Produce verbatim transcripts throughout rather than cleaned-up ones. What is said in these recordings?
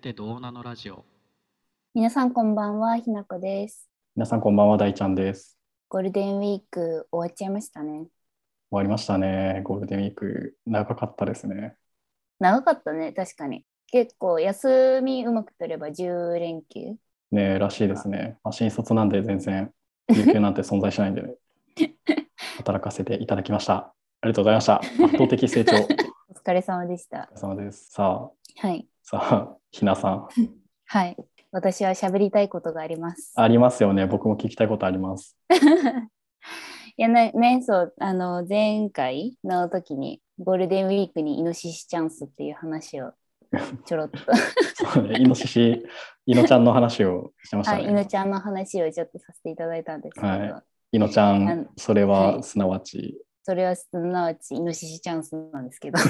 てどうなのラジオ。 皆さんこんばんは、ひなこです。 皆さんこんばんは、大ちゃんです。 ゴールデンウィーク終わっちゃいましたね。 終わりましたね。ゴールデンウィーク、長かったですね。 長かったね、確かに。結構休みうまく取ればじゅう連休。 ね、らしいですね。まあ、新卒なんで全然、有給なんて存在しないんでね、働かせていただきました。ありがとうございました。圧倒的成長。 お疲れ様でした。 お疲れ様です。さあ、 はい。 さあ、ひなさん。 はい。私は喋りたいことがあります。 ありますよね。僕も聞きたいことあります。 いやね、ね、そう、あの、前回の時にゴールデンウィークにイノシシチャンスっていう話をちょろっとそうね、イノシシ、イノちゃんの話をしてましたはい、イね。 ノちゃんの話をちょっとさせていただいたんですけど、 はい。イノちゃん、 あのそれはい、 はすなわち。 それはすなわちイノシシチャンスなんですけど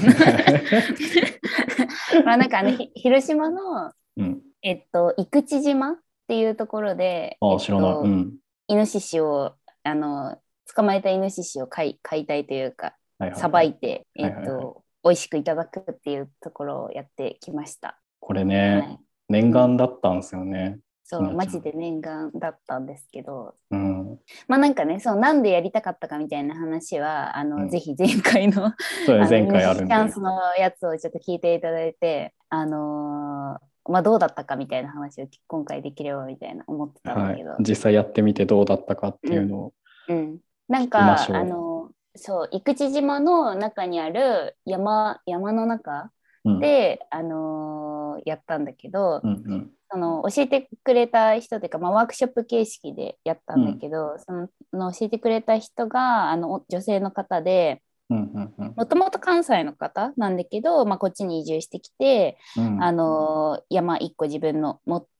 まあなんかあのひ広島の、 うん。 えっと、生口島っていうところで、えああ、 っ知らない。うと、 ん。 イノシシをあの捕まえたイノシシを解解体というかさはいはいはい。 ばいて、えはいはいはい。 っと、美味しくいただくっていうところをやってきました。 これね、 はい、 念うん、 願だったんですよね、ひそう、 なちゃん。 マジで念願だったんですけど、 うん、うまあなんかね、そう、なんでやりたかったかみたいな話は、あの、ぜん。 ひ前回のそうね、 あの、 前イノシ回あるんで。 シチャンスのやつをちょっと聞いていただいて、あのーまあどうだったかみたいな話を今回できればみたいな思ってたんだはい。 けど、 実際やってみてどうだったかってうん、 いうのをうん。なん聞きましか、あょの、そう、生口島の中にある山、山の中う。うん。 で、あのーやったんだけど、 うんうんその教えてくれた人というか、まあ、ワークショップ形式でやったんだうんけど、そのの教えてくれた人があの女性の方で、 うんうんもともと関西の方なんだけど、まあ、こっちに移住してきて、あうん。 の山一個自分の持って、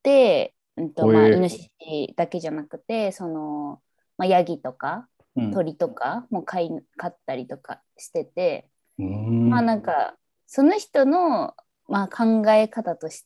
うんとまあ、イほえノシシだけじゃなくて、その、まあ、ヤギとかうん。 鳥とかも飼い飼ったりとかしてて、 うまあん。 なんかその人の、まあ、考え方として、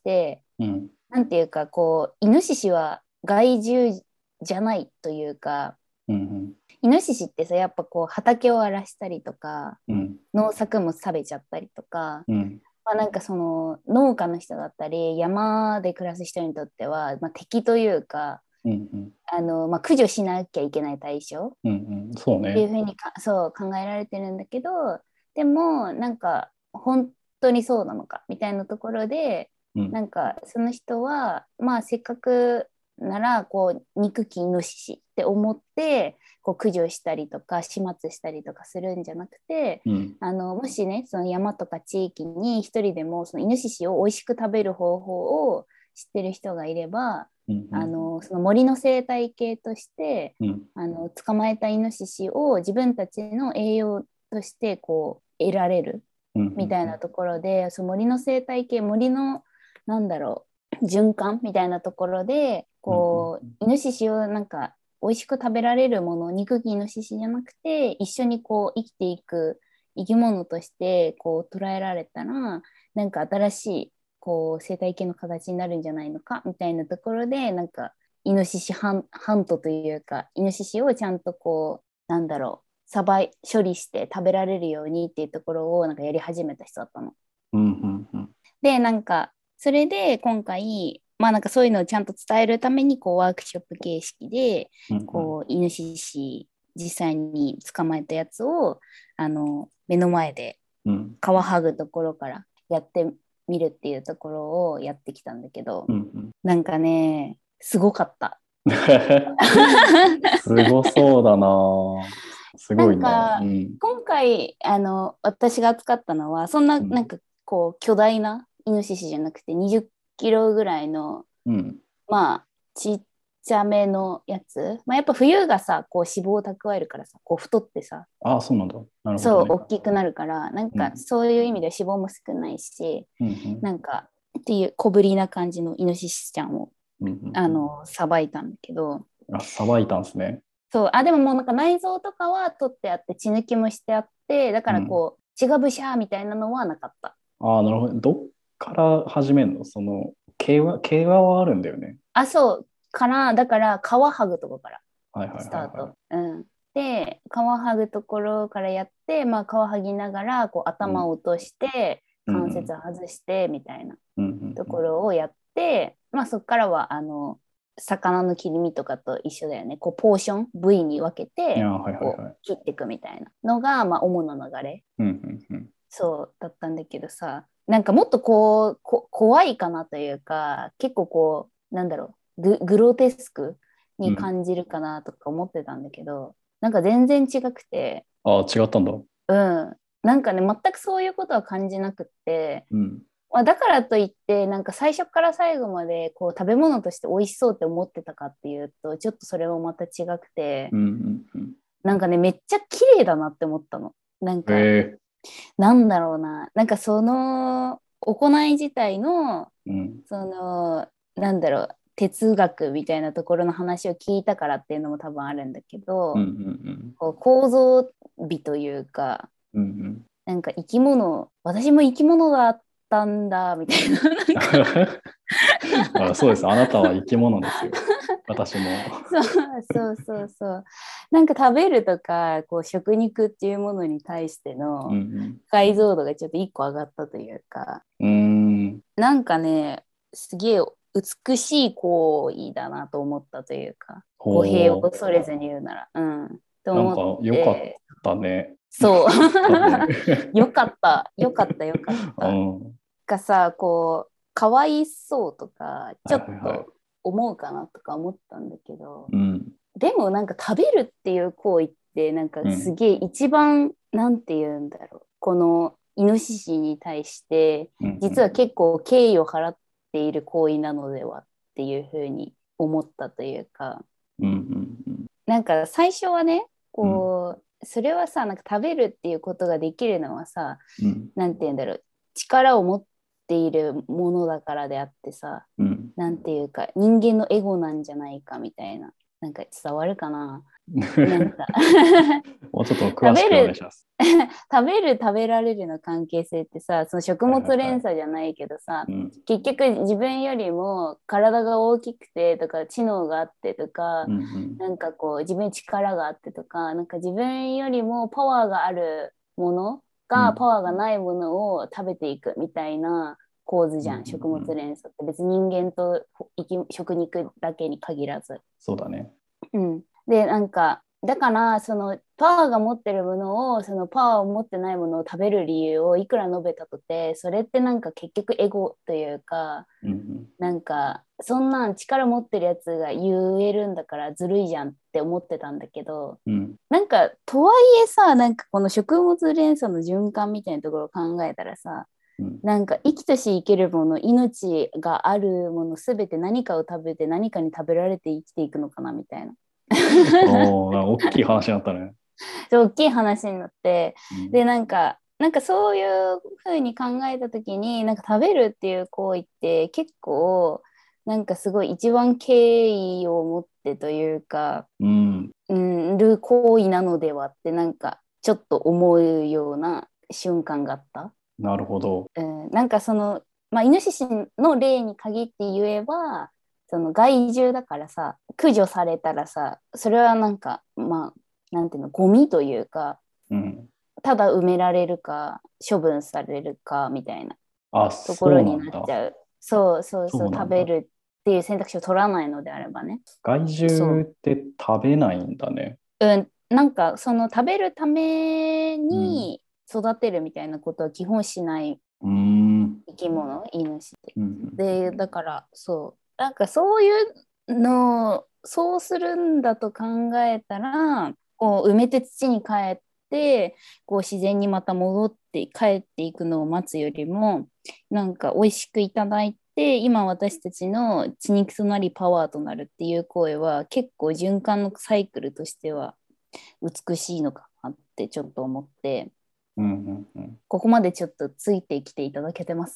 うん。 なんていうかこうイノシシは害獣じゃないというか、 うんイノシシってさやっぱこう畑を荒らしたりとかうん。 農作物食べちゃったりとか、 うん。 まあ、なんかその農家の人だったり山で暮らす人にとっては、まあ、敵というか、 うん。 あの、まあ、駆除しなきゃいけない対象うんうん。そうっていうね。 ふうにかそう考えられてるんだけど、でもなんか本当にそうなのかみたいなところで、 うん。 なんかその人はまあせっかくならこう憎きイノシシって思ってこう駆除したりとか始末したりとかするんじゃなくて、 うん。 あのもしねその山とか地域に一人でもそのイノシシを美味しく食べる方法を知ってる人がいれば、 うんうん。 あのその森の生態系としてうん。 あの捕まえたイノシシを自分たちの栄養としてこう得られるうんみたいなところで、その森の生態系、森のなんだろう循環みたいなところでうん。 こうイノシシをなんか美味しく食べられるもの、肉きイノシシじゃなくて一緒にこう生きていく生き物としてこう捉えられたら、なんか新しいこう生態系の形になるんじゃないのかみたいなところで、なんかイノシシハンハントというか、イノシシをちゃんとこうなんだろうさばい処理して食べられるようにっていうところをなんかやり始めた人だったの。 うんうんうん。 でなんかそれで今回まあなんかそういうのをちゃんと伝えるためにこうワークショップ形式でうんうんこうイノシシ実際に捕まえたやつをあの目の前でうん。 皮剥ぐところからやってみるっていうところをやってきたんだけど、 うんうん。 なんかねすごかった。 すごそうだな。すなごいね。うんかん。 今回あの私が扱ったのはそんなうん。 なんかこう巨大なイノシシじゃなくてにじゅっキロぐらいのうん。 まあちっちゃめのやつ、まあ、やっぱ冬がさこう脂肪を蓄えるからさこう太ってさああ、そうなんだ。なるほどね。 そう大きくなるから、なんかうん。 そういう意味で脂肪も少ないし、 うんなんかっていう小ぶりな感じのイノシシちゃんをうん。うんうんあのさばいたんだけど、 うん。あ、さばいたんですね。 そうあでももうなんか内臓とかは取ってあって血抜きもしてあって、だからうん。 こう血がブシャーみたいなのはなかった。 ああ、なるほど。どっから始めるの？その、競馬、競馬はあるんだよね。 あそうからだから皮剥ぐとこからはいはいスターはいはト。うん。で、皮剥ぐところからやって、まあ、皮剥ぎながらこうい。うん。 頭を落として、 うん関節外してみたいなうんうんところをやって、まあそこからはあの魚の切り身とかと一緒だよね。こうポーション部位に分けていや、はいはいこはい。 う切っていくみたいなのが、まあ、主な流れ、 うんうんうん。 そうだったんだけどさ、なんかもっとこうこ怖いかなというか、結構こうなんだろう、グ、グロテスクにうん。 感じるかなとか思ってたんだけど、なんか全然違くて、 ああ、違ったんだ。 うん、なんかね全くそういうことは感じなくって、 うん。 まあ、だからといってなんか最初から最後までこう食べ物として美味しそうって思ってたかっていうとちょっとそれもまた違くて、 うんうんうん。 なんかねめっちゃ綺麗だなって思ったの。なんかええなんだろうな、なんかその行い自体のうん。 そのなんだろう哲学みたいなところの話を聞いたからっていうのも多分あるんだけうんうど、 んこう構造美というか、 うん。うんうん。 なんか生き物、私も生き物だったんだみたいな、なんかあ、そうです。あなたは生き物ですよ。私も。 そうそうそうそう。なんか食べるとか、こう食肉っていうものに対してのうん解像度がちょっと一個上がったというか、 うん。うーん。 なんかね、すげえ美しい行為だなと思ったというか、語弊をほ恐れずに言うなら、うん、とう。なんか思っ良かって、 たね。良そう。 かったね。 よかった、よかった、よかっうた。 ん。 がさ、こう、かわいそうとか、ちはいょっはいはい。 と思うかなとか思ったんだけど、 うん。 でもなんか食べるっていう行為ってなんかうん。 すげえ一番なんて言うんだろう、このイノシシに対してうんうん。 実は結構敬意を払っている行為なのではっていうふうに思ったというか、 うんうんなんか最初はね、 うん。 こうそれはさ、なんか食べるっていうことができるのはさ、 うん。 なんて言うんだろう、力を持っているものだからであってさ、 うん。 なんていうか人間のエゴなんじゃないかみたいな、なんか伝わるかな、なんかもうちょっと詳しくお願い食べるします。 食べる食べられるの関係性ってさ、その食はい物はいはい。 連鎖じゃないけどさ、 うん。 結局自分よりも体が大きくてとか知能があってとか、 うんうん。 なんかこう自分に力があってとか、なんか自分よりもパワーがあるものがパうん。 ワーがないものを食べていくみたいな構図うんうじゃん、食物んうん。 連鎖って。別に人間と生き食肉だけに限らず。 そうだね。 うん、でなんかだからそのパワーが持ってるものをそのパワーを持ってないものを食べる理由をいくら述べたとて、それってなんか結局エゴというか、 うんうん。 なんかそんなん力持ってるやつが言えるんだからずるいじゃんって思ってたんだけど、 うん。 なんかとはいえさ、なんかこの食物連鎖の循環みたいなところを考えたらさ、 うん。 なんか生きとし生けるもの、命があるものすべて何かを食べて何かに食べられて生きていくのかなみたいな。 おー、なんか大きい話になったね。 大きい話になって、 うん。 でなんかなんかそういうふうに考えた時に、なんか食べるっていう行為って結構なんかすごい一番敬意を持ってというか、 うん。 うん、る行為なのではってなんかちょっと思うような瞬間があった。 なるほど。 うん、なんかその、まあ、イノシシの例に限って言えば、その害獣だからさ、駆除されたらさ、それはなんかまあなんていうの、ゴミというか、 うん。 ただ埋められるか処分されるかみたいなあ、 ところにそうなんだ。 なっちゃう。そうそうそう、 そうなんだ。 食べるっていう選択肢を取らないのであればね。 害獣そって食べないんだね。 う、うん、なんかその食べるためうん。 に育てるみたいなことは基本しないうーん。 生き物、イノシシうん。 で、だからそうなんかそういうのをそうするんだと考えたら、こう埋めて土に帰ってこう自然にまた戻って帰っていくのを待つよりも、なんか美味しくいただいて今私たちの血肉となりパワーとなるっていう行為は結構循環のサイクルとしては美しいのかなってちょっと思って、 うんうんうん。 ここまでちょっとついてきていただけてます？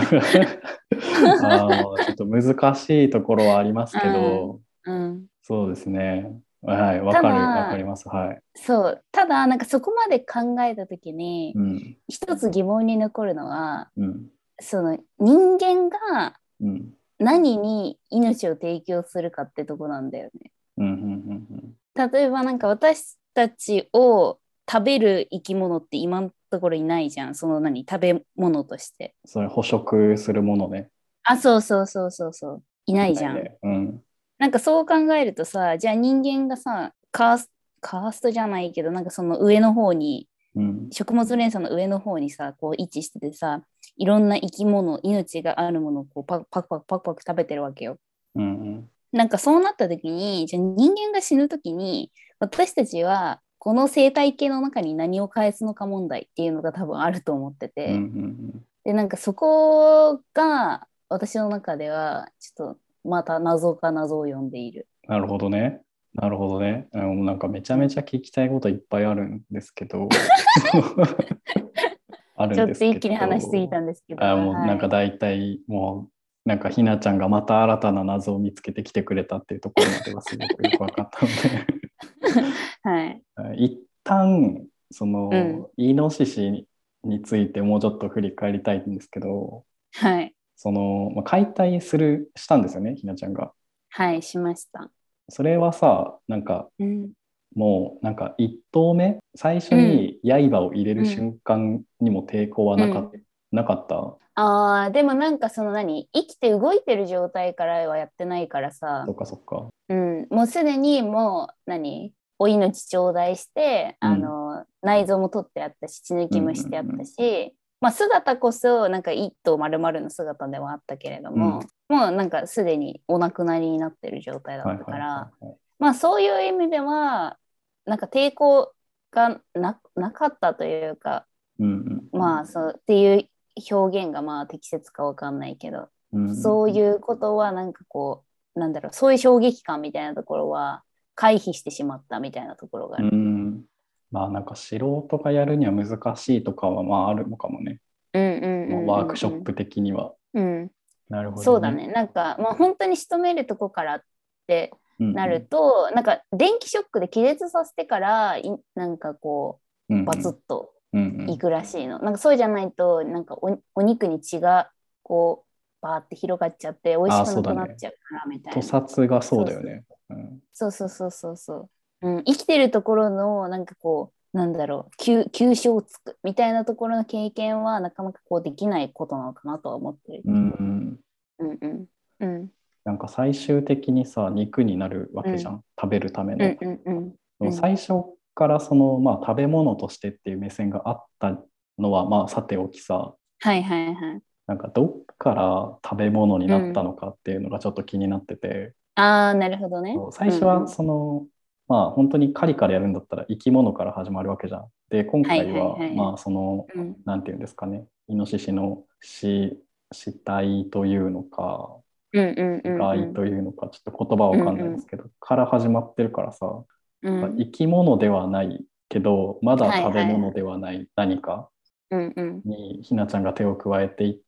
あの、ちょっと難しいところはありますうけん、 ど、 うん。 そうですね。はい、わたかる、わかりだ、 ます。はい。 そう、ただ、なんかそこまで考えたときに、 うん、 一つ疑問に残るのは、 うん、 その人間がうん、 何に命を提供するかってとこなんだよね。 うん、うん、うん。 例えばなんか私たちを食べる生き物って今のところいないじゃん。その何、食べ物として。 それ捕食するものね。 あ、そうそうそうそうそう。いないじゃん。 ね、うん。 なんかそう考えるとさ、じゃあ人間がさ、カース、カーストじゃないけど、なんかその上の方に、 うん。 食物連鎖の上の方にさ、こう位置しててさ、いろんな生き物、命があるものをこうパクパクパクパクパク食べてるわけよ。 うん。 なんかそうなった時に、じゃあ人間が死ぬ時に、私たちはこの生態系の中に何を返すのか問題っていうのが多分あると思ってうん。うて、 ん。 で、なんかそこが私の中では、ちょっとまた謎か謎を呼んでいる。 なるほどね。なるほどね。あの、なんかめちゃうん、 めちゃ聞きたいこといっぱいあるんですけど、あるちょっとんですけ一気に話しすぎたど、 んですけど、 あ、もうなんはい。 か大体もう、なんかひなちゃんがまた新たな謎を見つけてきてくれたっていうところまではすごくよく分かったのではい。 一旦、そうん。 の、イノシシについてもうちょっと振り返りたいんですけど、 はい。 その、まあ、解体する、したんですよね、ひなちゃんが。 はい、しました。 それはさ、なんか、 うん。 もう、なんか一投目、最初うん。 に刃を入れるうん。 瞬間にも抵抗はなか、 うん。 なかった。 ああ、でもなんかその何生きて動いてる状態からはやってないからさ、 そっかそっか。 うん、もうすでにもう何お命頂戴して、あうん。 の、内臓も取ってあったし、血抜うん。うきもしてあったん。 し、まあ姿こそなんか一頭丸々の姿ではあったけれどうん。うん。 も、もうなんかすでにお亡くなりになってる状態だっはいはいはいたから、 はい。 まあそういう意味では、なんか抵抗がな、なかったというか、 うん。うん。 まあそうっていう表現がまあ適切かわかんないけど、 うん。うん。 そういうことはなんかこう、なんだろう、そういう衝撃感みたいなところは回避してしまったみたいなところがあうる。 ん。まあなんか素人がやるには難しいとかはまああるのかもね。 うんうんまあ、 うんワークショッうんプ的には。 うん。うん。 なるほどね。 そうだね。なんか、まあ本当に仕留めるとこからってなるうんと、なんか電気ショックで気絶させてから、いなんかこうん。うう、バツッんとうん。うんうん。 いくらしいの。なんかそうじゃないと、なんかお、お肉に血がこう、バーって広がっちゃって美味ああ、 しくなそうだね。 くなっちゃうからみた屠いな。 殺がそうそうそう。 だよね。うん。 そうそうそうそうそう。うん、生きてるところの、なんかこう、なんだろう、急、急所をつくみたいなところの経験は、なかなかこうできないことなのかなとは思ってるうけど。 ん。 うんうん。うん。 なんか最終的にさ、肉になるわうん。 けじゃん。食べるための。 うんうんうん。 でもうん。 最初からその、まあ、食べ物としてっていう目線があったのは、まあ、さておきさ、 はいはいはい。 なんかどっから食べ物になったうん。 のかっていうのがちょっと気になってて、 ああ、なるほどね。 そう最初はうんうん。 その、まあ本当に狩りからやるんだったら生き物から始まるわけじゃん。で、今はい回はいはいはい。 はまあその、 うん。 なんていうんですかね、イノシシの死、死体というのか、 うんうん死うんうん。 骸というのか、ちょっと言葉はわかんうんうん。 ないですけど、から始まってるからさ、 うん。 生き物ではないけど、まだはい食べ物はいはい。 ではない何かうんうん。 にひなちゃんが手を加えていって、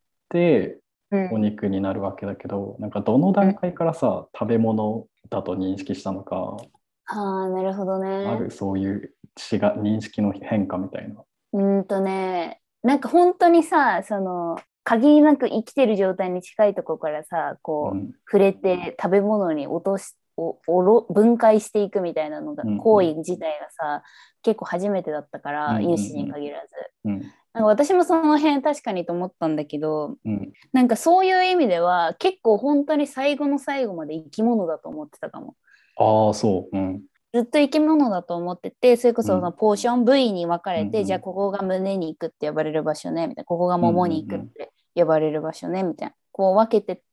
おうん。 肉になるわけだけど、なんかどの段階うん。 からさ、食べ物だと認識したのか、 ああ、なるほどね。 あるそういう違が認識の変化みたいな。 うーんとね、なんか本当にさ、その、限りなく生きてる状態に近いところからさ、こう、 うん、 触れて食べ物に落とし、お、おろ、分解していくみたいなのが、 うん、うん、 行為自体がさ、結構初めてだったかうん、 ら、 うユーシにん、 限らず。 うん、 なんか私もその辺確かにと思ったんだけど、 うん。 なんかそういう意味では、結構本当に最後の最後まで生き物だと思ってたかも。 ああ、そう。うん、 ずっと生き物だと思ってて、それこそそのうん、 ポーション部位に分かうん、 れて、じゃあうん、 ここが胸肉って呼ばれる場所ね、みたいな、ここがうん、うもも肉っん、 て呼ばれる場所ね、みたいな、こう分けてって、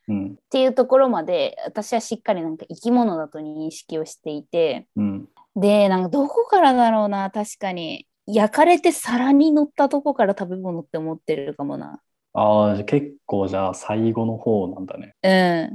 うん、 っていうところまで、私はしっかりなんか生き物だと認識をしていて、 うん。 で、なんかどこからだろうな、確かに。焼かれて皿に乗ったとこから食べ物って思ってるかもな。 ああ、じゃあ結構じゃあ最後の方なんだね。 うん。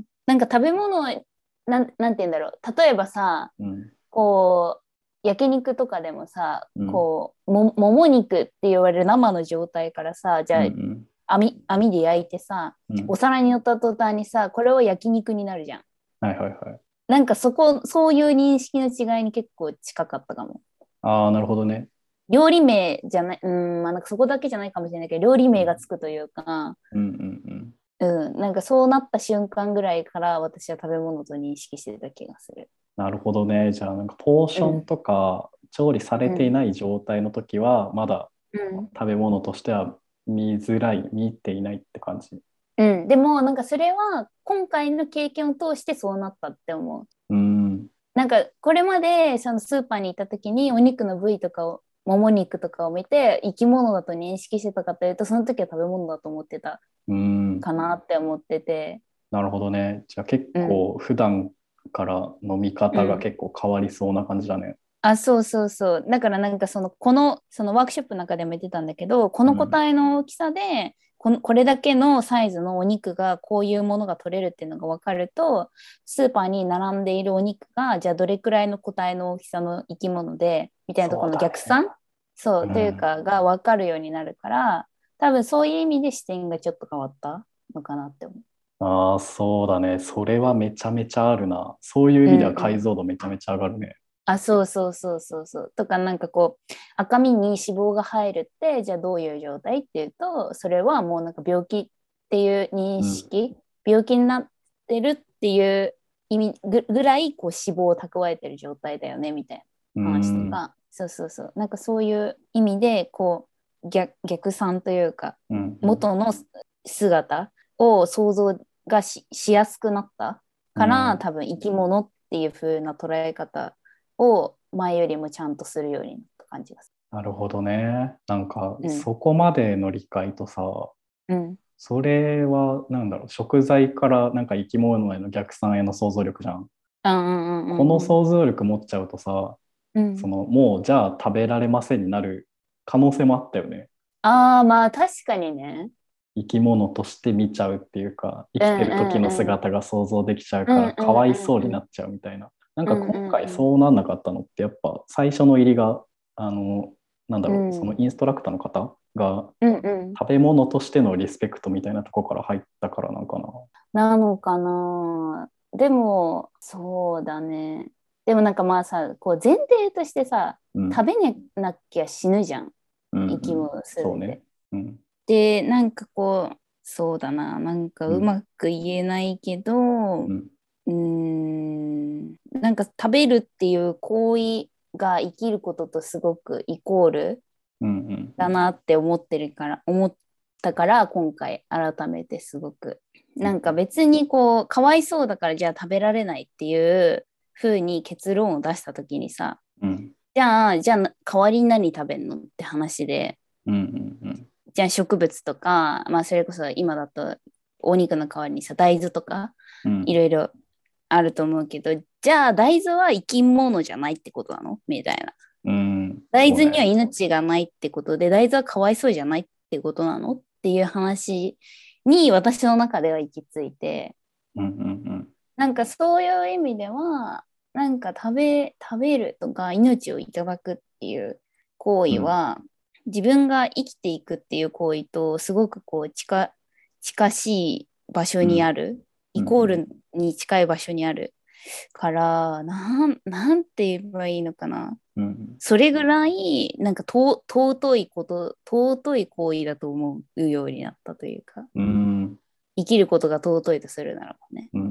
なんか食べ物、なん、なんて言うんだろう。例えばさ、 うん、 こう、焼肉とかでもさ、 うん、 こう、も、もも肉って言われる生の状態からさ、じうん、うゃん、 あ、網、網で焼いてさ、 うん。 お皿に乗った途端にさ、これは焼肉になるじゃん。 はいはいはい。 なんかそこ、そういう認識の違いに結構近かったかも。 ああ、なるほどね。 料理名じゃない、うん、まあなんかそこだけじゃないかもしれないけど、料理うん、 名がつくというか、 うん、うん、 うん、なんかそうなった瞬間ぐらいから私は食べ物と認識してた気がする。 なるほどね。じゃあ、なんかポーシうん、 ョンとか調理されていうん、 ない状態の時は、まだうん。 食べ物としては見づらい、見ていないって感じ。 うん、でもなんかそれは今回の経験を通してそうなったって思う。 うん。 なんかこれまでそのスーパーに行った時にお肉の部位とかをもも肉とかを見て生き物だと認識してたかというとその時は食べ物だと思ってたうん。 かなって思ってて、 なるほどね。じゃあ結うん、 構普段からの見方がうん、 結構変わりそうな感じだね。 あ、そうそうそう。だからなんかその、この、そのワークショップの中でも言ってたんだけど、この個うん。 体の大きさで、この、これだけのサイズのお肉がこういうものが取れるっていうのが分かると、スーパーに並んでいるお肉が、じゃあどれくらいの個体の大きさの生き物で、みたいなところのそうだね。 逆算そう、といううん。 か、が分かるようになるから、多分そういう意味で視点がちょっと変わったのかなって思ああ、そうだね。それはめちゃめちゃあるな。そういう意う。う味ではんうん。 解像度めちゃめちゃ上がるね。 あ、そうそうそうそうそう。とか、なんかこう、赤身に脂肪が入るって、じゃあどういう状態っていうと、それはもうなんか病気っていう認うん。 識、病気になってるっていう意味ぐぐらいこう脂肪を蓄えてる状態だよね、みたいうな話とん。 か、そうそうそう。なんかそういう意味で、こう、逆、逆算というか、 うん。うん。 元の姿を想像がし、しやすくなったから、 うん。 多分生き物っていう風な捉え方を前よりもちゃんとするようになった感じがすなるほどね。なんか、 る。うん。 そこまでの理解とさ、 うん。 それは、なんだろう、食材からなんか生き物への逆算への想像力じゃん。 うんうんうこのんうん。 想像力持っちゃうとさ、 うん。 その、もうじゃあ食べられませんになる可能性もあったよね。 ああ、まあ確かにね。 生き物として見ちゃうっていうか、生うんきてる時のうんうん。 姿が想像できちゃううんからかわいうんうんそうになっちゃうみたいな。なんかうん今回うんそうなんなかったのってやっぱ最初の入りが、あの、なんだろう、そのうんインストラクターの方がうんうん。 食べ物としてのリスペクトみたいなところから入ったからなんかな。 なのかな。でも、そうだね。でもなんかまあさ、こう前提としてさ、 うん。 食べなきゃ死ぬじゃん。 うんうん。 生き物すそうね。 べて。 うん。 で、なんかこう、そうだな。なんかうん。 うまく言えないけど、 うん。 うーん、なんか食べるっていう行為が生きることとすごくイコールうん。うん。 だなって思ってるから、思ったから今回改めてすごく。なんか別にこう、かわいそうだからじゃあ食べられないっていう風に結論を出した時にさ、 うん。 じゃあ、じゃあ代わりに何食べんのって話で、 うん。うん。 じゃあ植物とか、まあそれこそ今だとお肉の代わりにさ、大豆とかうん。 いろいろあると思うけど、じゃあ大豆は生き物じゃないってことなのみたいな。 うん。 大豆にはそうね。 命がないってことで、大豆はかわいそうじゃないってことなのっていう話に私の中では行き着いて、 うん。うん。 なんかそういう意味では、なんか食べ、食べるとか命をいただくっていう行うん。 為は、自分が生きていくっていう行為とすごくこう近、近しい場所うん。 にある、 うん。 イコールに近い場所にあるから、なん、なんて言えばいいのかな。 うん。 それぐらい、なんかと尊いこと、尊い行為だと思うようになったというか、 うん。 生きることが尊いとするならばね。 うん。うん。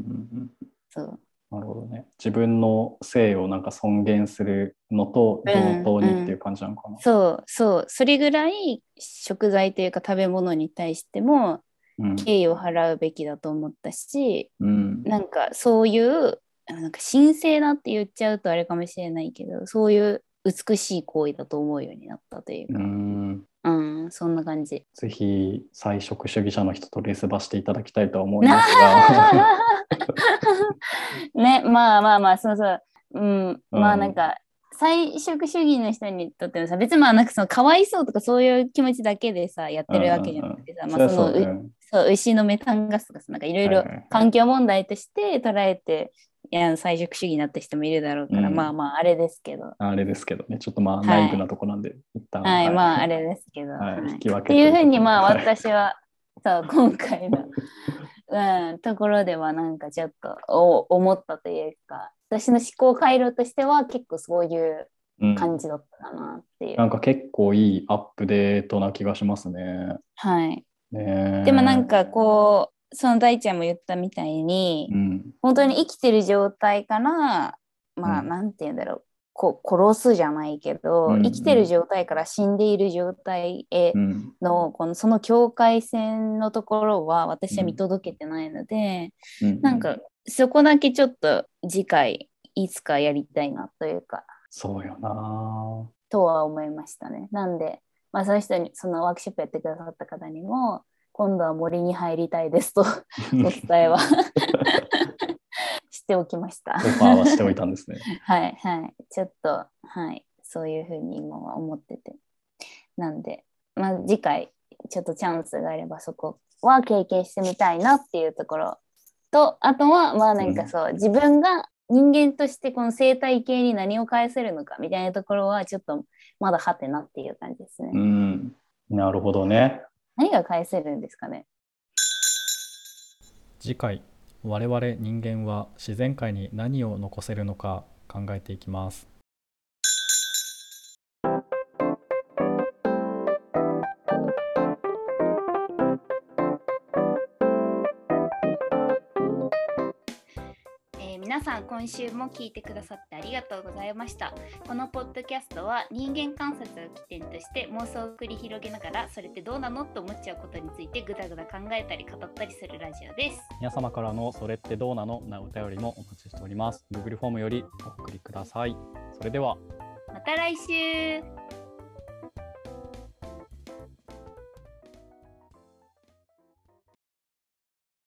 そう。 なるほどね。自分の性をなんか尊厳するのと同うんう等にっていうん。 感じなのかな。 そうそう。それぐらい食材というか食べ物に対してもうん。 敬意を払うべきだと思ったし、 うん。 なんかそういう、なんか神聖だって言っちゃうとあれかもしれないけど、そういう美しい行為だと思うようになったといううか、 ん。 うん、そんな感じ。 ぜひ、菜食主義者の人とレスバしていただきたいとは思いなますが。 ね、まあまあまあ、そうそう。うん、 うん。 まあなんか、菜食主義の人にとってもさ、別にまあなんかそのかわいそうとかそういう気持ちだけでさ、やっうん。 てるわけじゃうん。うん。 なくてさ、まそりゃあそのう、 そう。うん。 そう、牛のメタンガスとかさ、なんかいろいはいはろいはい。 環境問題として捉えて、いや、菜食主義になった人もいるだろうから、まあうん。 まああれですけど、 あれですけどね。ちょっとまあ内部なはい。 とこなんで、一旦は、 はい、 はい。 まああれですけど、 はい。 はい。 引き分っていうふうけということで。 にまあはい。 私は、そう、今回のうん、ところではなんかちょっとお思ったというか、私の思考回路としては結構そういううん。 感じだったかなっていう。 なんか結構いいアップデートな気がしますね。 はい。でもなんねかこう、その大ちゃんも言ったみたいえ。 に、 うん。 本当に生きてる状態から、まあうん。 なんて言うんだろう。 こ殺すじゃないけど、 うんうん、 生きてる状態から死んでいる状態への、うん、このその境界線のところは私は見届けてないので、うん、なんかそこだけちょっと次回いつかやりたいなというか、 そうよなとは思いましたね。なんで、まあ、その人にそのワークショップやってくださった方にも今度は森に入りたいですとお伝えはしておきました。 オファーはしておいたんですね。 はいはい。ちょっと、はい。そういうふうに今は思ってて。なんで、まあ、次回、ちょっとチャンスがあればそこは経験してみたいなっていうところと、あとは、まあなんかそう、うん、自分が人間としてこの生態系に何を返せるのかみたいなところは、ちょっとまだはてなっていう感じですね。 うん。なるほどね。 何が返せるんですかね。 次回、我々人間は自然界に何を残せるのか考えていきます。 皆さん今週も聞いてくださってありがとうございました。このポッドキャストは人間観察を起点として妄想を繰り広げながら、それってどうなのと思っちゃうことについてぐだぐだ考えたり語ったりするラジオです。 皆様からのそれってどうなのなお便りもお待ちしております。 Google フォームよりお送りください。それではまた来週。